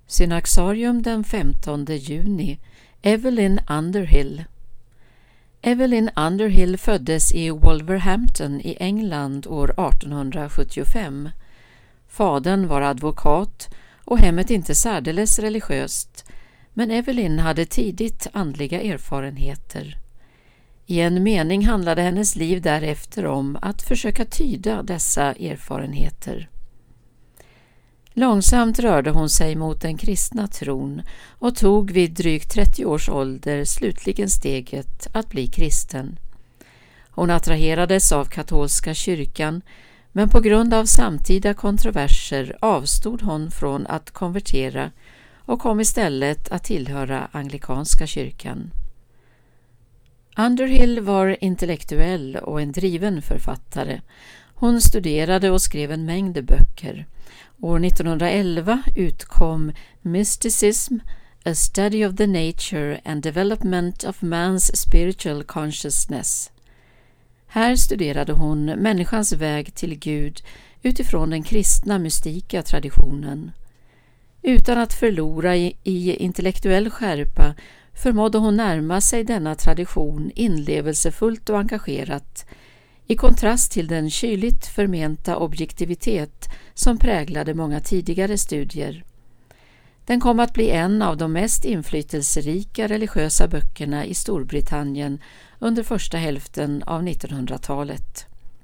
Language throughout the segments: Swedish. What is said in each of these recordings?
Synaxarium den 15 juni. Evelyn Underhill. Evelyn Underhill föddes i Wolverhampton i England år 1875. Fadern var advokat och hemmet inte särdeles religiöst, men Evelyn hade tidigt andliga erfarenheter. I en mening handlade hennes liv därefter om att försöka tyda dessa erfarenheter. Långsamt rörde hon sig mot den kristna tron och tog vid drygt 30 års ålder slutligen steget att bli kristen. Hon attraherades av katolska kyrkan, men på grund av samtida kontroverser avstod hon från att konvertera och kom istället att tillhöra anglikanska kyrkan. Underhill var intellektuell och en driven författare. Hon studerade och skrev en mängd böcker. År 1911 utkom Mysticism, A Study of the Nature and Development of Man's Spiritual Consciousness. Här studerade hon människans väg till Gud utifrån den kristna mystika traditionen. Utan att förlora i intellektuell skärpa förmådde hon närma sig denna tradition inlevelsefullt och engagerat, i kontrast till den kyligt förmenta objektivitet som präglade många tidigare studier. Den kom att bli en av de mest inflytelserika religiösa böckerna i Storbritannien under första hälften av 1900-talet.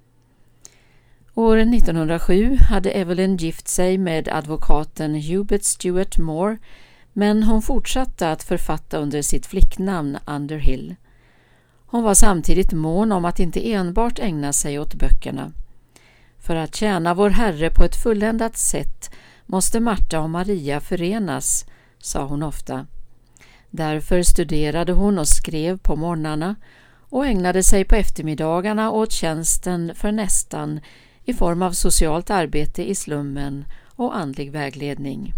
År 1907 hade Evelyn gift sig med advokaten Hubert Stuart Moore, men hon fortsatte att författa under sitt flicknamn Underhill. Hon var samtidigt mån om att inte enbart ägna sig åt böckerna. För att tjäna vår Herre på ett fulländat sätt måste Marta och Maria förenas, sa hon ofta. Därför studerade hon och skrev på morgnarna och ägnade sig på eftermiddagarna åt tjänsten för nästan i form av socialt arbete i slummen och andlig vägledning.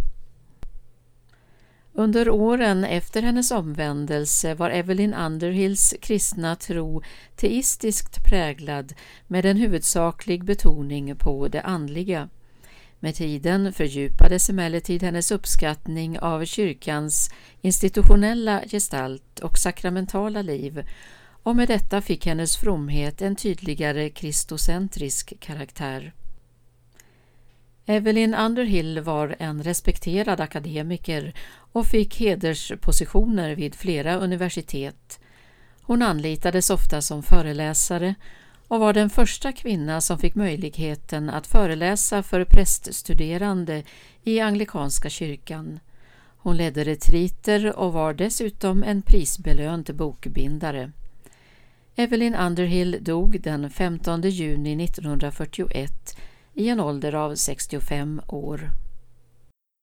Under åren efter hennes omvändelse var Evelyn Underhills kristna tro teistiskt präglad med en huvudsaklig betoning på det andliga. Med tiden fördjupades emellertid hennes uppskattning av kyrkans institutionella gestalt och sakramentala liv, och med detta fick hennes fromhet en tydligare kristocentrisk karaktär. Evelyn Underhill var en respekterad akademiker och fick hederspositioner vid flera universitet. Hon anlitades ofta som föreläsare och var den första kvinna som fick möjligheten att föreläsa för präststuderande i anglikanska kyrkan. Hon ledde retriter och var dessutom en prisbelönt bokbindare. Evelyn Underhill dog den 15 juni 1941 i en ålder av 65 år.